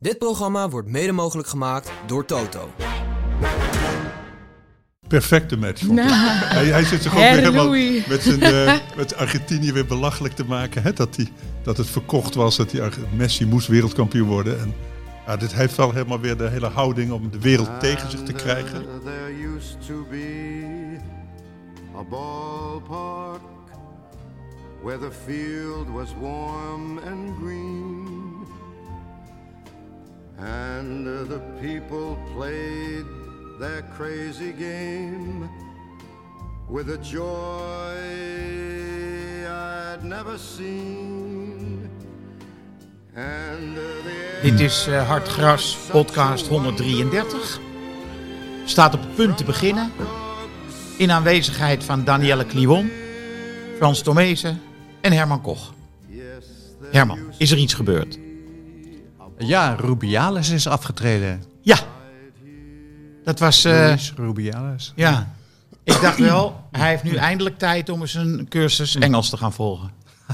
Dit programma wordt mede mogelijk gemaakt door Toto. Perfecte match. Vond ik. Hij zit zich ook weer helemaal met Argentinië weer belachelijk te maken. Hè? Dat het verkocht was, dat Messi moest wereldkampioen worden. En dit heeft wel helemaal weer de hele houding om de wereld tegen zich te krijgen. There used to be a ballpark where the field was warm and green. And the people played their crazy game with a joy I'd never seen. And Dit is Hartgras, podcast 133. Staat op het punt te beginnen. In aanwezigheid van Danielle Kliwon, Frans Tomezen en Herman Koch. Herman, is er iets gebeurd? Ja, Rubiales is afgetreden. Ja, dat was... Luis Rubiales. Ja, ik dacht wel, hij heeft nu eindelijk tijd om eens een cursus Engels te gaan volgen.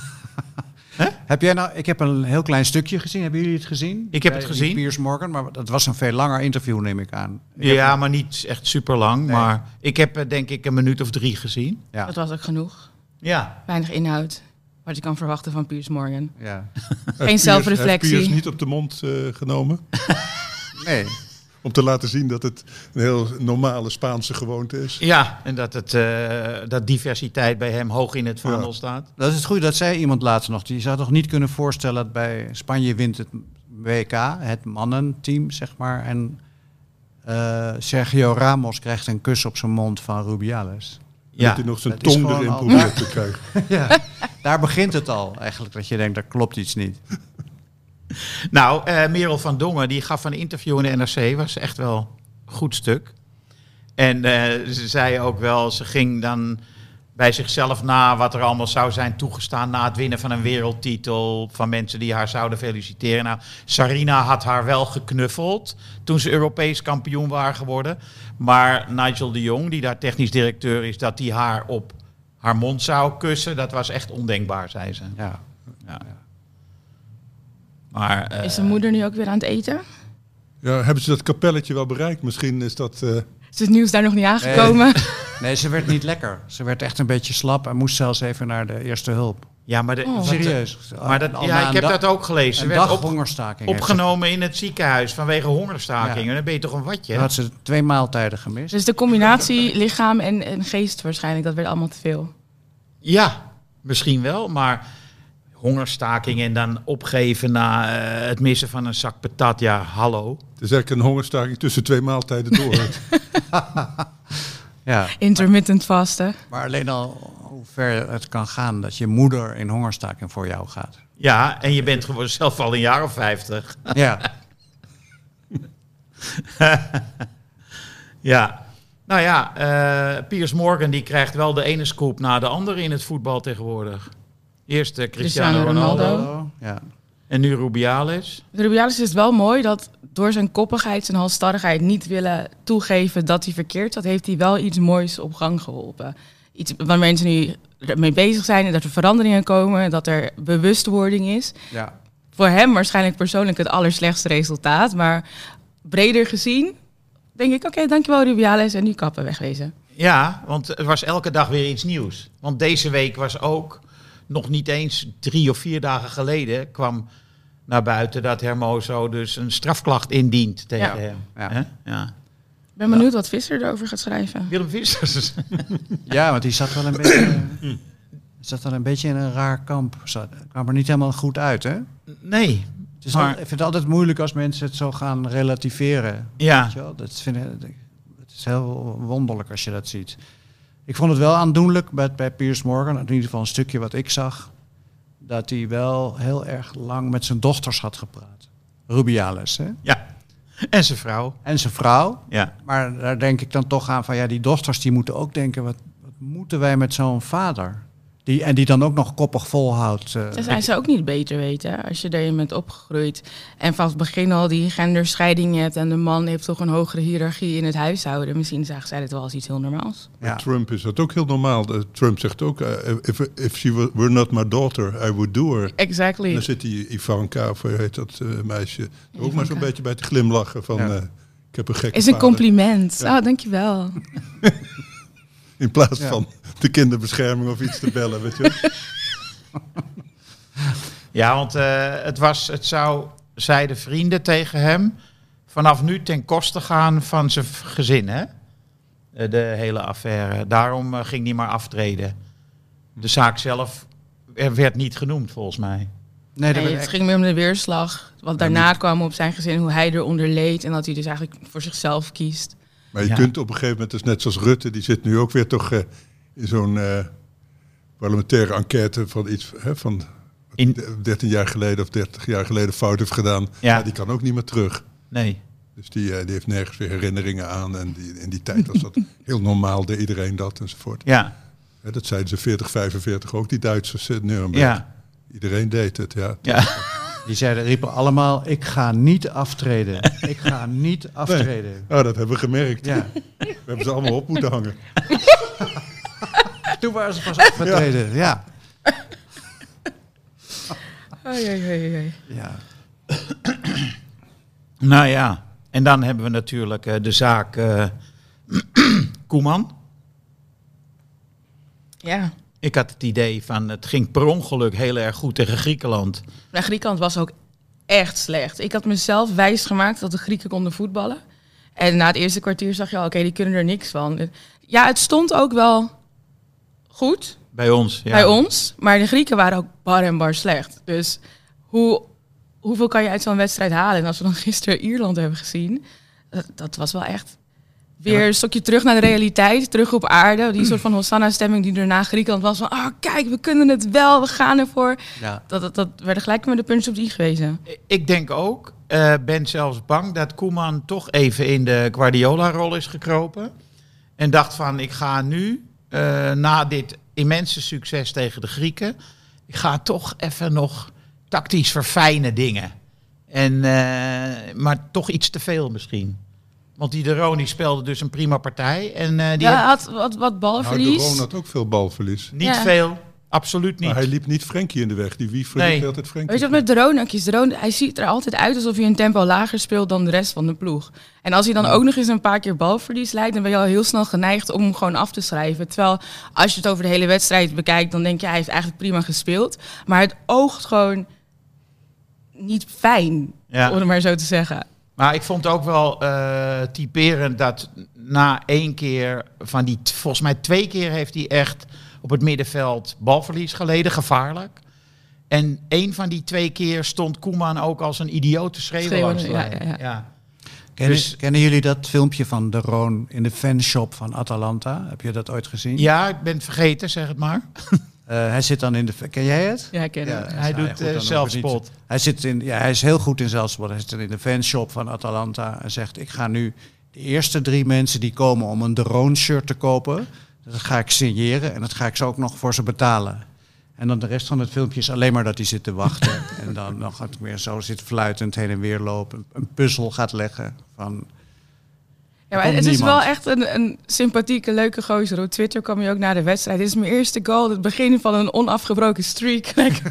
Ik heb een heel klein stukje gezien. Hebben jullie het gezien? Ik heb het gezien. Piers Morgan, maar dat was een veel langer interview, neem ik aan. Maar niet echt super lang. Nee. Maar ik heb denk ik een minuut of 3 gezien. Ja. Dat was ook genoeg. Ja. Weinig inhoud. Wat je kan verwachten van Piers Morgan. Ja. Geen zelfreflectie. Heeft Piers niet op de mond genomen? Nee. Om te laten zien dat het een heel normale Spaanse gewoonte is. Ja, en dat diversiteit bij hem hoog in het vaandel staat. Dat is het goede, dat zei iemand laatst nog. Die zou toch niet kunnen voorstellen dat bij Spanje wint het WK, het mannenteam, zeg maar. En Sergio Ramos krijgt een kus op zijn mond van Rubiales. Ja. Dat hij nog zijn tong erin probeert te krijgen. Ja, daar begint het al eigenlijk, dat je denkt, daar klopt iets niet. Nou, Merel van Dongen, die gaf een interview in de NRC, was echt wel een goed stuk. En ze zei ook wel, ze ging dan bij zichzelf na wat er allemaal zou zijn toegestaan na het winnen van een wereldtitel, van mensen die haar zouden feliciteren. Nou, Sarina had haar wel geknuffeld toen ze Europees kampioen waren geworden. Maar Nigel de Jong, die daar technisch directeur is, dat die haar op haar mond zou kussen, dat was echt ondenkbaar, zei ze. Ja. Maar, is de moeder nu ook weer aan het eten? Ja, hebben ze dat kapelletje wel bereikt? Misschien is dat... Is het nieuws daar nog niet aangekomen? Nee, ze werd niet lekker. Ze werd echt een beetje slap en moest zelfs even naar de eerste hulp. Ja, maar serieus. Maar ik heb dat ook gelezen. Ze werd hongerstaking opgenomen in het ziekenhuis vanwege hongerstaking. En dan ben je toch een watje? Dan had ze 2 maaltijden gemist. Dus de combinatie lichaam en geest waarschijnlijk, dat werd allemaal te veel. Ja, misschien wel, maar hongerstaking en dan opgeven na het missen van een zak patat. Ja, hallo. Het is eigenlijk een hongerstaking tussen 2 maaltijden door. Ja. Intermittent vasten. Maar alleen al hoe ver het kan gaan dat je moeder in hongerstaking voor jou gaat. Ja, en je bent gewoon zelf al een jaar of 50. Ja. Ja. Nou ja, Piers Morgan die krijgt wel de ene scoop na de andere in het voetbal tegenwoordig. Eerst Cristiano Ronaldo. Ja. En nu Rubiales. Rubiales is het wel mooi dat door zijn koppigheid, zijn halsstarrigheid niet willen toegeven dat hij verkeerd zat, heeft hij wel iets moois op gang geholpen. Iets waar mensen nu mee bezig zijn en dat er veranderingen komen, dat er bewustwording is. Ja. Voor hem waarschijnlijk persoonlijk het allerslechtste resultaat, maar breder gezien denk ik, oké, dankjewel Rubiales en nu kappen wegwezen. Ja, want er was elke dag weer iets nieuws. Want deze week was ook, nog niet eens 3 of 4 dagen geleden, kwam naar buiten dat Hermoso dus een strafklacht indient tegen hem. Ja. Ja. Ik ben benieuwd wat Visser erover gaat schrijven. Willem Vissers. Ja, want die zat wel een beetje in een raar kamp. Kwam er niet helemaal goed uit, hè? Nee. Ik vind het altijd moeilijk als mensen het zo gaan relativeren. Ja. Weet je wel? Het is heel wonderlijk als je dat ziet. Ik vond het wel aandoenlijk bij Piers Morgan, in ieder geval een stukje wat ik zag, dat hij wel heel erg lang met zijn dochters had gepraat. Rubiales, hè? Ja. En zijn vrouw. En zijn vrouw. Ja. Maar daar denk ik dan toch aan van, ja, die dochters die moeten ook denken, wat moeten wij met zo'n vader? Die dan ook nog koppig volhoudt. Dat zijn ze ook niet beter weten als je erin bent opgegroeid. En vanaf het begin al die genderscheiding hebt en de man heeft toch een hogere hiërarchie in het huishouden. Misschien zagen zij het wel als iets heel normaals. Ja. Trump is dat ook heel normaal. Trump zegt ook, if she were not my daughter, I would do her. Exactly. En dan zit die Ivanka, of hoe heet dat meisje, ook maar zo'n beetje bij te glimlachen van... ik heb een gekke is een vader. Compliment. Ja. Oh, dankjewel. In plaats van de kinderbescherming of iets te bellen, weet je. Ja, want het zou, zeiden vrienden tegen hem, vanaf nu ten koste gaan van zijn gezin, hè? De hele affaire. Daarom ging hij maar aftreden. De zaak zelf werd niet genoemd, volgens mij. Nee, het ging meer om de weerslag. Wat daarna kwam op zijn gezin, hoe hij eronder leed en dat hij dus eigenlijk voor zichzelf kiest. Maar je kunt op een gegeven moment, dus net zoals Rutte, die zit nu ook weer toch in zo'n parlementaire enquête van iets van 13 jaar geleden of 30 jaar geleden fout heeft gedaan. Ja. Ja, die kan ook niet meer terug. Nee. Dus die heeft nergens weer herinneringen aan. En in die tijd was dat heel normaal, deed iedereen dat enzovoort. Ja. Dat zeiden ze 40, 45 ook, die Duitsers in Nuremberg. Ja. Iedereen deed het, ja. Die riepen allemaal, ik ga niet aftreden. Ik ga niet aftreden. Nee. Oh, dat hebben we gemerkt. Ja. We hebben ze allemaal op moeten hangen. Toen waren ze pas afgetreden, ja. Ja. Nou ja, en dan hebben we natuurlijk de zaak Koeman. Ja. Ik had het idee van, het ging per ongeluk heel erg goed tegen Griekenland. Maar Griekenland was ook echt slecht. Ik had mezelf wijsgemaakt dat de Grieken konden voetballen. En na het eerste kwartier zag je al, oké, die kunnen er niks van. Ja, het stond ook wel goed. Bij ons, ja. Bij ons, maar de Grieken waren ook bar en bar slecht. Dus hoeveel kan je uit zo'n wedstrijd halen? En als we dan gisteren Ierland hebben gezien, dat was wel echt weer een stokje terug naar de realiteit, terug op aarde. Die soort van Hosanna-stemming die daarna Griekenland was van, kijk, we kunnen het wel, we gaan ervoor. Ja. Dat werden gelijk met de puntjes op de i gewezen. Ik denk ook, ben zelfs bang dat Koeman toch even in de Guardiola-rol is gekropen. En dacht van, ik ga nu, na dit immense succes tegen de Grieken, ik ga toch even nog tactisch verfijnen dingen. Maar toch iets te veel misschien. Want die De Roon speelde dus een prima partij. En had wat balverlies. Nou, De Roon had ook veel balverlies. Niet veel, absoluut niet. Maar hij liep niet Frenkie in de weg. Die Wiever liep altijd Frenkie. Weet je wat met De Roon ook is? De Roon, hij ziet er altijd uit alsof hij een tempo lager speelt dan de rest van de ploeg. En als hij dan ook nog eens een paar keer balverlies leidt, dan ben je al heel snel geneigd om hem gewoon af te schrijven. Terwijl als je het over de hele wedstrijd bekijkt, dan denk je, hij heeft eigenlijk prima gespeeld. Maar het oogt gewoon niet fijn, om het maar zo te zeggen. Maar ik vond ook wel typerend dat na 1 keer van die, volgens mij 2 keer heeft hij echt op het middenveld balverlies geleden, gevaarlijk. En 1 van die 2 keer stond Koeman ook als een idioot te schreeuwen langs de lijn. Ja. Kennen jullie dat filmpje van De Roon in de fanshop van Atalanta? Heb je dat ooit gezien? Ja, ik ben het vergeten, zeg het maar. Hij zit dan in de... Ken jij het? Ja, ik ken het. Hij doet zelfspot. Hij is heel goed in zelfspot. Hij zit in de fanshop van Atalanta en zegt, ik ga nu de eerste 3 mensen die komen om een De Roon shirt te kopen, dat ga ik signeren en dat ga ik ze ook nog voor ze betalen. En dan de rest van het filmpje is alleen maar dat hij zit te wachten. En dan nog gaat het weer zo zit fluitend heen en weer lopen. Een puzzel gaat leggen van... Ja, maar het is wel echt een sympathieke, leuke gozer. Op Twitter kwam je ook na de wedstrijd. Dit is mijn eerste goal, het begin van een onafgebroken streak.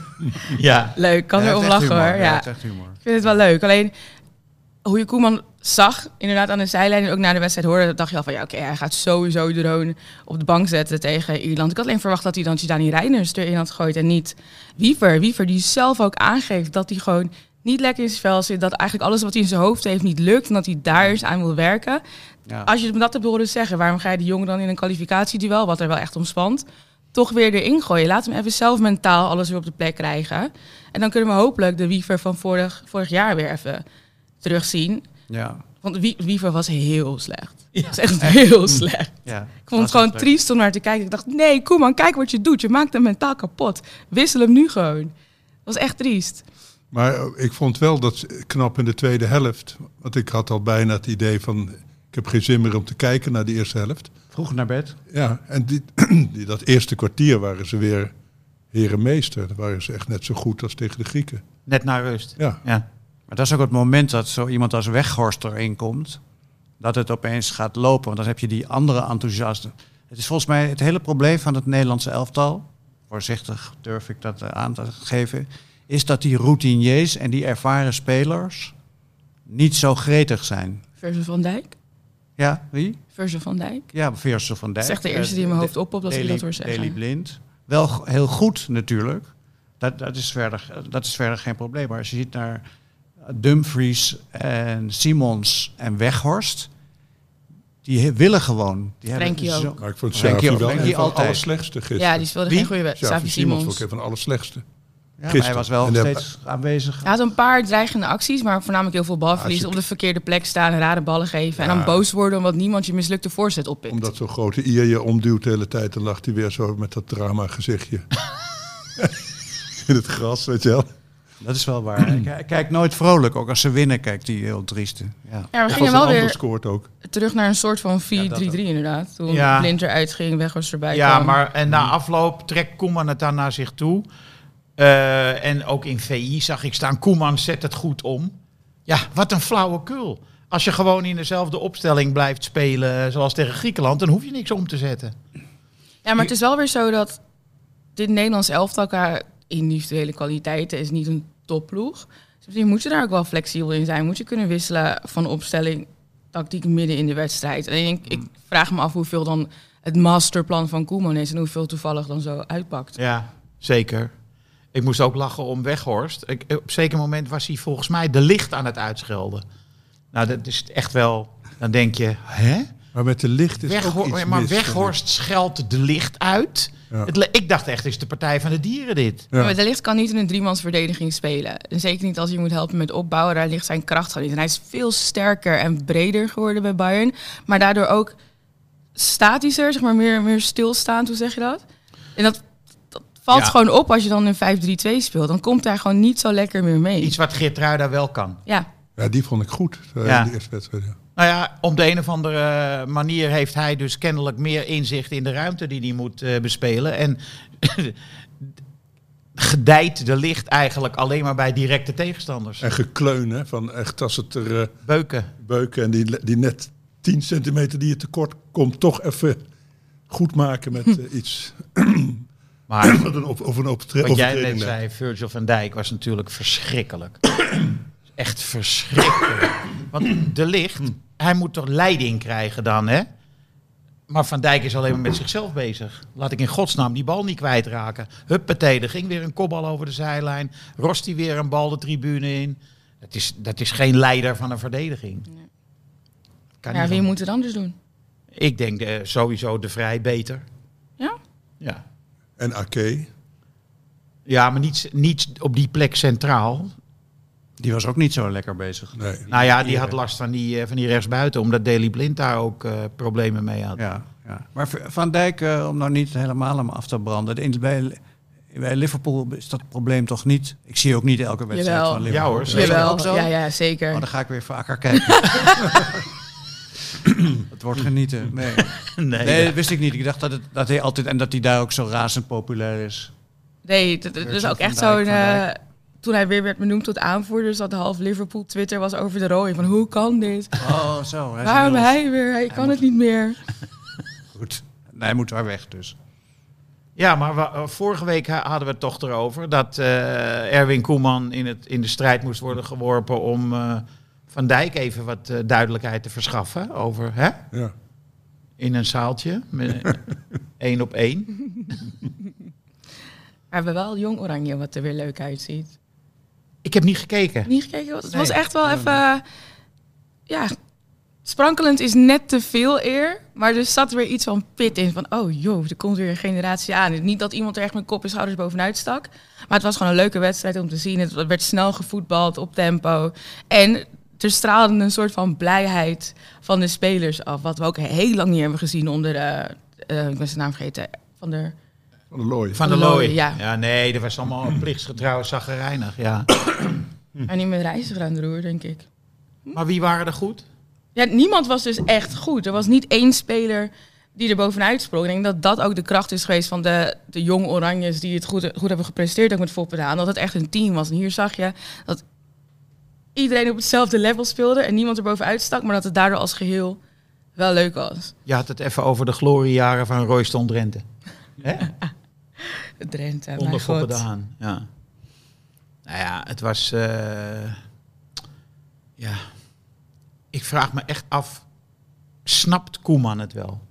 Ja. Leuk, kan er om lachen hoor. Ja. Het echt humor. Ik vind het wel leuk. Alleen, hoe je Koeman zag, inderdaad aan de zijlijn en ook na de wedstrijd hoorde, dacht je al van, ja oké, hij gaat sowieso De Roon op de bank zetten tegen Ierland. Ik had alleen verwacht dat hij dan Tjani Reijnders erin had gegooid en niet Wiever. Wiever die zelf ook aangeeft dat hij gewoon niet lekker in zijn vel zit, dat eigenlijk alles wat hij in zijn hoofd heeft niet lukt en dat hij daar eens aan wil werken. Ja. Als je dat hebt horen zeggen, waarom ga je die jongen dan in een kwalificatieduel, wat er wel echt om spant, toch weer erin gooien? Laat hem even zelf mentaal alles weer op de plek krijgen. En dan kunnen we hopelijk de Wiever van vorig jaar weer even terugzien. Ja. Want Wiever was heel slecht. Ja. Was echt heel slecht. Ja, ik vond het gewoon triest om naar te kijken. Ik dacht, nee, Koeman, kijk wat je doet. Je maakt hem mentaal kapot. Wissel hem nu gewoon. Dat was echt triest. Maar ik vond wel dat knap in de tweede helft. Want ik had al bijna het idee van, ik heb geen zin meer om te kijken naar die eerste helft. Vroeg naar bed. Ja, en dat eerste kwartier waren ze weer herenmeester. Dan waren ze echt net zo goed als tegen de Grieken. Net naar rust. Ja. Maar dat is ook het moment dat zo iemand als Weghorst erin komt. Dat het opeens gaat lopen. Want dan heb je die andere enthousiasten. Het is volgens mij het hele probleem van het Nederlandse elftal. Voorzichtig durf ik dat aan te geven. Is dat die routiniers en die ervaren spelers niet zo gretig zijn. Virgil van Dijk? Ja, wie? Virgil van Dijk? Ja, Virgil van Dijk. Dat is echt de eerste die in mijn hoofd oppopt als ik dat hoor zeggen. Daley Blind. Wel heel goed natuurlijk. Dat is verder geen probleem. Maar als je ziet naar Dumfries en Simons en Weghorst, die willen gewoon. Frenkie ook. Maar ik vond Xavi wel een van de altijd. allerslechtste gisteren. Ja, die speelde geen goede wedstrijd. Xavi Simons vond ik een van de allerslechtste. Ja, maar hij was wel steeds aanwezig. Hij had een paar dreigende acties, maar voornamelijk heel veel balverlies. Op de verkeerde plek staan, rare ballen geven. En dan boos worden omdat niemand je mislukte voorzet oppikt. Omdat zo'n grote Ier je omduwt de hele tijd, dan lag hij weer zo met dat drama gezichtje. In het gras, weet je wel. Dat is wel waar. Hij kijkt nooit vrolijk. Ook als ze winnen kijkt hij heel triest. Ja, we gingen wel weer scoort ook. terug naar een soort van 4-3-3 inderdaad. Toen Blind eruit ging, Weghorst erbij kwam. Ja, maar en na afloop trekt Koeman het dan naar zich toe. En ook in VI zag ik staan, Koeman zet het goed om. Ja, wat een flauwekul. Als je gewoon in dezelfde opstelling blijft spelen zoals tegen Griekenland, dan hoef je niks om te zetten. Ja, maar het is wel weer zo dat dit Nederlands elftal qua individuele kwaliteiten is niet een topploeg. Dus misschien moet je daar ook wel flexibel in zijn. Moet je kunnen wisselen van opstelling, tactiek midden in de wedstrijd. En ik vraag me af hoeveel dan het masterplan van Koeman is en hoeveel toevallig dan zo uitpakt. Ja, zeker. Ik moest ook lachen om Weghorst. Op een zeker moment was hij volgens mij de licht aan het uitschelden. Nou, dat is echt wel. Dan denk je, hè? Maar met de licht is ook iets maar mis, Weghorst scheldt de licht uit. Ja. Ik dacht echt, is de Partij van de Dieren dit? Ja. Maar de licht kan niet in een 3-mansverdediging spelen. En zeker niet als je moet helpen met opbouwen. Daar ligt zijn kracht gewoon niet. En hij is veel sterker en breder geworden bij Bayern. Maar daardoor ook statischer, zeg maar meer stilstaand. Hoe zeg je dat? En dat valt gewoon op als je dan een 5-3-2 speelt. Dan komt hij gewoon niet zo lekker meer mee. Iets wat Geertruida wel kan. Ja. Ja, die vond ik goed. Ja. Die eerste wedstrijd. Ja. Nou ja, op de een of andere manier heeft hij dus kennelijk meer inzicht in de ruimte die hij moet bespelen. En gedijt de licht eigenlijk alleen maar bij directe tegenstanders. En gekleun, hè, van echt als het er Beuken. en die net 10 centimeter die je tekort komt, toch even goed maken met iets. Maar of een wat jij net zei, Virgil van Dijk was natuurlijk verschrikkelijk. Echt verschrikkelijk. Want de licht, hij moet toch leiding krijgen dan, hè? Maar Van Dijk is alleen maar met zichzelf bezig. Laat ik in godsnaam die bal niet kwijtraken. Huppatee, er ging weer een kopbal over de zijlijn. Rost hij weer een bal de tribune in. Dat is geen leider van een verdediging. Nee. Wie moet het anders doen? Ik denk sowieso De Vrij beter. Ja? Ja. En Ake. Ja, maar niet op die plek centraal. Die was ook niet zo lekker bezig. Nee. Nou ja, die had last van die rechtsbuiten, omdat Daley Blind daar ook problemen mee had. Ja. Maar Van Dijk, om nou niet helemaal hem af te branden. Bij Liverpool is dat probleem toch niet. Ik zie ook niet elke wedstrijd van Liverpool. Ja hoor, Jawel. Ook zo? Ja, zeker. Dan ga ik weer vaker kijken. Het wordt genieten. Nee, dat wist ik niet. Ik dacht dat hij altijd en dat hij daar ook zo razend populair is. Nee, dat is ook echt zo'n. Toen hij weer werd benoemd tot aanvoerder, zat half Liverpool Twitter was over de rooi. Van hoe kan dit? Oh, zo. Waarom hij weer? Hij kan het niet meer. Goed. Nee, hij moet daar weg dus. Ja, maar vorige week hadden we het toch erover dat Erwin Koeman in de strijd moest worden geworpen om Van Dijk even wat duidelijkheid te verschaffen over, hè? Ja. In een zaaltje, met 1 op 1. We hebben wel Jong Oranje, wat er weer leuk uitziet. Ik heb niet gekeken. Niet gekeken? Het was echt wel even... Ja, sprankelend is net te veel eer. Maar er zat weer iets van pit in. Van, oh joh, er komt weer een generatie aan. Niet dat iemand er echt met kop en schouders bovenuit stak. Maar het was gewoon een leuke wedstrijd om te zien. Het werd snel gevoetbald, op tempo. En er straalde een soort van blijheid van de spelers af. Wat we ook heel lang niet hebben gezien onder ik ben zijn naam vergeten, Van der Looy. Van der Looy. Ja. Ja, nee, dat was allemaal plichtsgetrouw, zaggerijnig, ja. En niet met Reiziger aan de roer, denk ik. Maar wie waren er goed? Ja, niemand was dus echt goed. Er was niet één speler die er bovenuit sprong. Ik denk dat dat ook de kracht is geweest van de jonge Oranjes die het goed hebben gepresteerd, ook met Foppedaan. Dat het echt een team was. En hier zag je dat iedereen op hetzelfde level speelde en niemand er bovenuit stak, maar dat het daardoor als geheel wel leuk was. Je had het even over de gloriejaren van Royston Drenthe. Hè? Drenthe, Onder Foppedaan. Ja. Nou ja, het was... ja. Ik vraag me echt af, snapt Koeman het wel?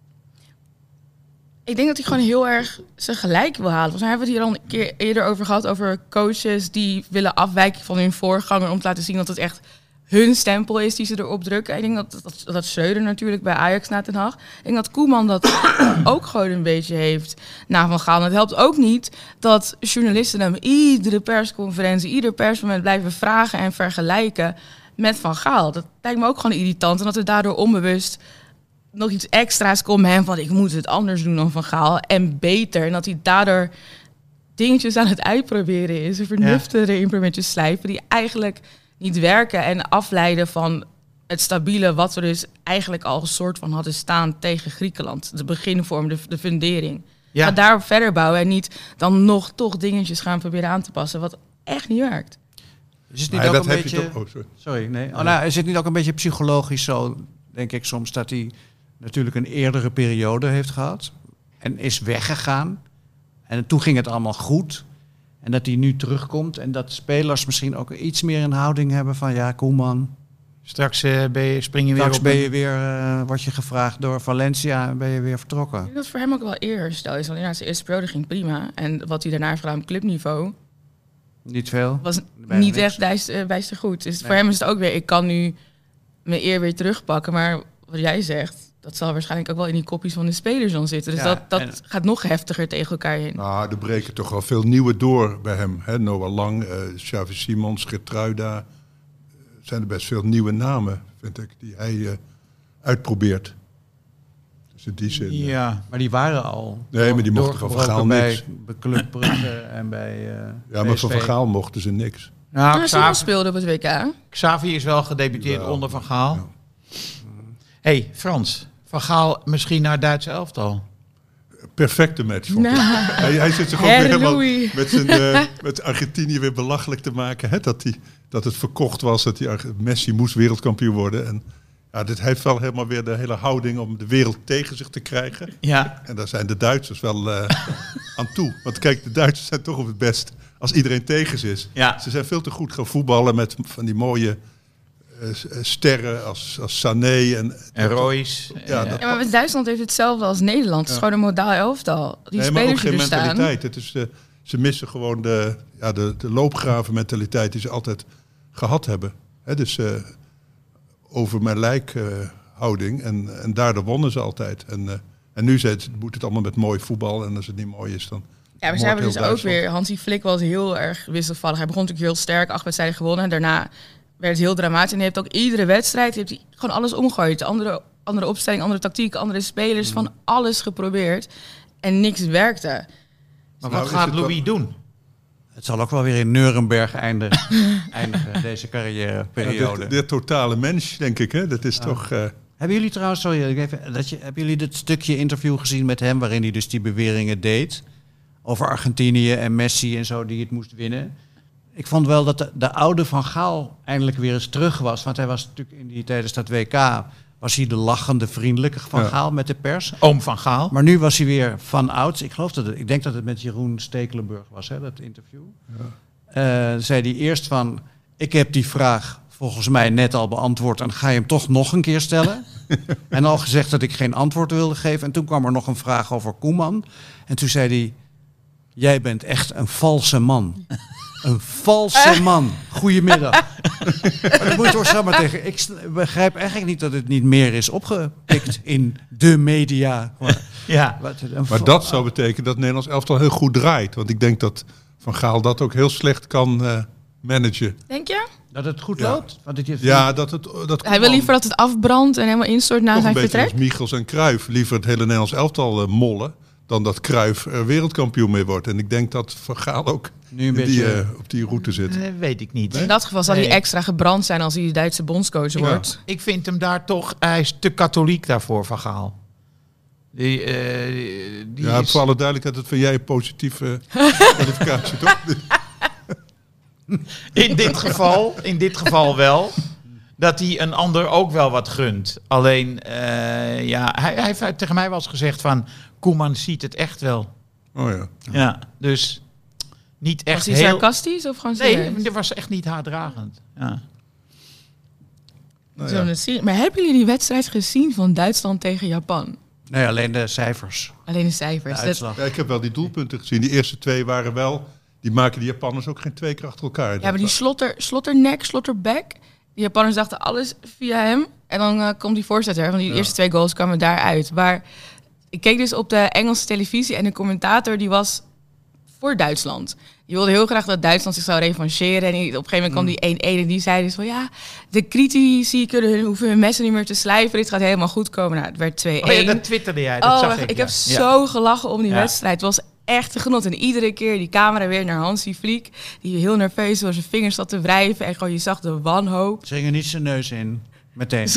Ik denk dat hij gewoon heel erg zijn gelijk wil halen. Volgens mij hebben we het hier al een keer eerder over gehad, over coaches die willen afwijken van hun voorganger om te laten zien dat het echt hun stempel is die ze erop drukken. Ik denk dat Schreuder natuurlijk bij Ajax na Ten Hag. Ik denk dat Koeman dat ook gewoon een beetje heeft na Van Gaal. En het helpt ook niet dat journalisten hem iedere persconferentie, ieder persmoment blijven vragen en vergelijken met Van Gaal. Dat lijkt me ook gewoon irritant. En dat er daardoor onbewust nog iets extra's komt hem van ik moet het anders doen dan Van Gaal en beter. En dat hij daardoor dingetjes aan het uitproberen is. Een vernuftige implementjes slijpen die eigenlijk niet werken en afleiden van het stabiele wat we dus eigenlijk al een soort van hadden staan tegen Griekenland. De beginvorm, de fundering. Ja. Ga daarop verder bouwen en niet dan nog toch dingetjes gaan proberen aan te passen wat echt niet werkt. Is het niet ook een beetje... sorry. Sorry, nee. Is het niet ook een beetje psychologisch zo, denk ik soms, dat hij natuurlijk een eerdere periode heeft gehad en is weggegaan. En toen ging het allemaal goed. En dat hij nu terugkomt en dat spelers misschien ook iets meer een houding hebben van ja, Koeman. Straks word je gevraagd door Valencia en ben je weer vertrokken. Ik denk dat het voor hem ook wel eerherstel is. Want ja, zijn eerste periode ging prima. En wat hij daarna heeft gedaan op clubniveau niet veel. Was niet echt bijster goed. Dus voor hem is het ook weer, ik kan nu mijn eer weer terugpakken. Maar wat jij zegt, dat zal waarschijnlijk ook wel in die kopjes van de spelers dan zitten. Dus dat gaat nog heftiger tegen elkaar heen. Nou, er breken toch wel veel nieuwe door bij hem. Hè? Noah Lang, Xavi Simons, Geertruida. Zijn er best veel nieuwe namen, vind ik, die hij uitprobeert. Dus in die zin... Ja, maar die waren al... Nee, maar die mochten van Van Gaal niks. Bij Club Brugge en bij ja, maar van Gaal mochten ze niks. Nou, Xavi speelde op het WK. Xavi is wel gedebuteerd onder Van Gaal. Ja. Hey, Frans, Van Gaal misschien naar het Duitse elftal? Perfecte match, vond ik. Hij zit zich ook weer helemaal met Argentinië weer belachelijk te maken. Hè? Dat het verkocht was, dat Messi moest wereldkampioen worden. En ja, dit heeft wel helemaal weer de hele houding om de wereld tegen zich te krijgen. Ja. En daar zijn de Duitsers wel aan toe. Want kijk, de Duitsers zijn toch op het best als iedereen tegen ze is. Ja. Ze zijn veel te goed gaan voetballen met van die mooie sterren als Sané en Royce. Ja, maar Duitsland heeft hetzelfde als Nederland. Het is gewoon een modaal elftal. Die spelers maar ook geen die er mentaliteit. staan. Het is, ze missen gewoon de loopgraven mentaliteit die ze altijd gehad hebben. Hè, dus over mijn lijk houding. En daardoor wonnen ze altijd. En nu moet het allemaal met mooi voetbal. En als het niet mooi is, dan... Ja, maar ze hebben dus ook weer... Hansi Flick was heel erg wisselvallig. Hij begon natuurlijk heel sterk, 8 wedstrijden gewonnen. En daarna werd het heel dramatisch. En hij heeft ook iedere wedstrijd heeft hij gewoon alles omgegooid. Andere opstelling, andere tactiek, andere spelers. Van alles geprobeerd. En niks werkte. Maar wat gaat Louis doen? Het zal ook wel weer in Nuremberg eindigen deze carrièreperiode. Ja, de totale mens, denk ik. Hè? Dat is toch... Hebben jullie trouwens, hebben jullie dit stukje interview gezien met hem... waarin hij dus die beweringen deed over Argentinië en Messi en zo, die het moest winnen? Ik vond wel dat de oude Van Gaal eindelijk weer eens terug was. Want hij was natuurlijk tijdens dat WK... was hij de lachende, vriendelijke Van Gaal met de pers. Oom Van Gaal. Maar nu was hij weer van ouds. Ik denk dat het met Jeroen Stekelenburg was, hè, dat interview. Ja. Zei hij eerst van... ik heb die vraag volgens mij net al beantwoord... en ga je hem toch nog een keer stellen? En al gezegd dat ik geen antwoord wilde geven. En toen kwam er nog een vraag over Koeman. En toen zei hij... jij bent echt een valse man. Een valse man. Goedemiddag. Maar dat moet je toch samen tegen. Ik begrijp eigenlijk niet dat het niet meer is opgepikt in de media. Maar dat zou betekenen dat Nederlands elftal heel goed draait. Want ik denk dat Van Gaal dat ook heel slecht kan managen. Denk je? Dat het goed loopt? Hij wil liever dat het afbrandt en helemaal instort na zijn vertrek? Een beetje als Michels en Cruijff. Liever het hele Nederlands elftal mollen... dan dat Cruijff wereldkampioen mee wordt. En ik denk dat Van Gaal ook nu op die route zit. Weet ik niet. Nee? In dat geval zal hij extra gebrand zijn als hij de Duitse bondscoach wordt. Ik vind hem daar toch... Hij is te katholiek daarvoor, Van Gaal. Ja, voor alle duidelijkheid, dat vind jij een positieve kwalificatie, toch? In dit geval wel. Dat hij een ander ook wel wat gunt. Alleen, hij heeft tegen mij wel eens gezegd van... Koeman ziet het echt wel. Oh ja. Ja, dus niet echt was hij sarcastisch of gewoon serieus? Nee, dat was echt niet haatdragend. Ja. Nou ja. Maar hebben jullie die wedstrijd gezien van Duitsland tegen Japan? Nee, alleen de cijfers. Alleen de cijfers. De uitslag. Ja, ik heb wel die doelpunten gezien. Die eerste 2 waren wel... Die maken die Japanners ook geen 2 keer achter elkaar. Ja, maar die slotternek, slotterback... Die Japanners dachten alles via hem. En dan komt die voorzetter. Want die eerste 2 goals kwamen daaruit. Maar ik keek dus op de Engelse televisie... en de commentator die was voor Duitsland. Die wilde heel graag dat Duitsland zich zou revancheren. En op een gegeven moment kwam die 1-1 en die zei dus van... ja, de critici hoeven hun messen niet meer te slijven. Dit gaat helemaal goed komen. Nou, het werd 2-1. Oh ja, dat twitterde jij, dat zag ik. Ik heb zo gelachen om die wedstrijd. Het was echt een genot. En iedere keer die camera weer naar Hansi Flick... die heel nerveus was, zijn vingers zat te wrijven... en gewoon je zag de wanhoop. Ze gingen niet zijn neus in, meteen.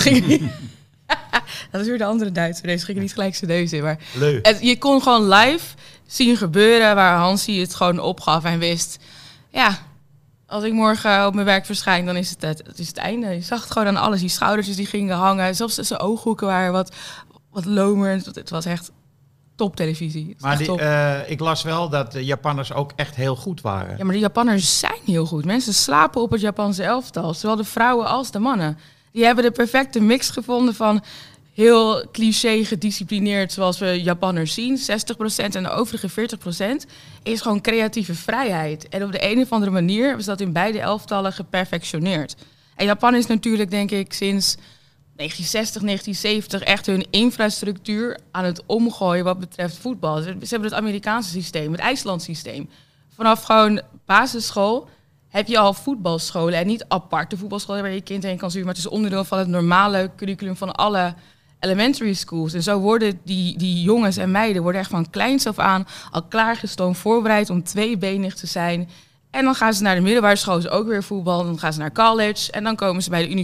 Dat is weer de andere Duitser. Deze ging niet gelijk zijn neus in. Maar Leuk. je kon gewoon live zien gebeuren... waar Hansi het gewoon opgaf en wist... ja, als ik morgen op mijn werk verschijn... dan is het einde. Je zag het gewoon aan alles. Die schoudertjes die gingen hangen. Zelfs zijn ooghoeken waren wat lomer. Het was echt... toptelevisie. Maar ik las wel dat de Japanners ook echt heel goed waren. Ja, maar de Japanners zijn heel goed. Mensen slapen op het Japanse elftal. Zowel de vrouwen als de mannen. Die hebben de perfecte mix gevonden van heel cliché gedisciplineerd... zoals we Japanners zien. 60% en de overige 40% is gewoon creatieve vrijheid. En op de een of andere manier hebben ze dat in beide elftallen geperfectioneerd. En Japan is natuurlijk, denk ik, sinds... 1960, 1970 echt hun infrastructuur aan het omgooien wat betreft voetbal. Ze hebben het Amerikaanse systeem, het IJsland-systeem. Vanaf gewoon basisschool heb je al voetbalscholen. En niet aparte voetbalscholen waar je kind heen kan sturen, maar het is onderdeel van het normale curriculum van alle elementary schools. En zo worden die jongens en meiden worden echt van kleins af aan al klaargestoomd, voorbereid om tweebenig te zijn. En dan gaan ze naar de middelbare school, is ook weer voetbal. Dan gaan ze naar college en dan komen ze bij de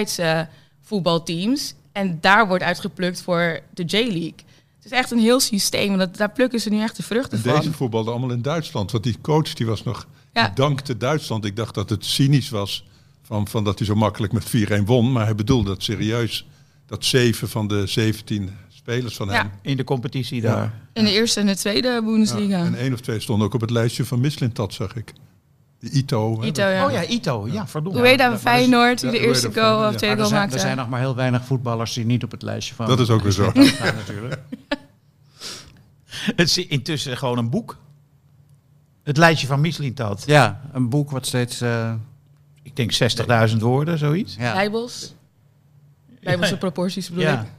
universiteitsvoetbalteams. En daar wordt uitgeplukt voor de J-League. Het is echt een heel systeem. En daar plukken ze nu echt de vruchten van. Deze voetbalden allemaal in Duitsland. Want die coach die was nog... Ja. Die dankte Duitsland. Ik dacht dat het cynisch was van dat hij zo makkelijk met 4-1 won. Maar hij bedoelde dat serieus. Dat 7 van de 17 spelers van hem... In de competitie daar. Ja. In de eerste en de tweede Bundesliga. Ja, en 1 of 2 stonden ook op het lijstje van Mislintat, zag ik. Die Ito. Ja. Oh ja, Ito. Ja, verdomme. Ueda Feyenoord, die de eerste goal of tweede goal maakte. Er zijn nog maar heel weinig voetballers die niet op het lijstje van... Dat is ook weer zo. Ja, natuurlijk. Het is intussen gewoon een boek. Het lijstje van Mislintat. Ja, een boek wat steeds... Ik denk 60.000 woorden, zoiets. Ja. Bijbelse proporties bedoel ik.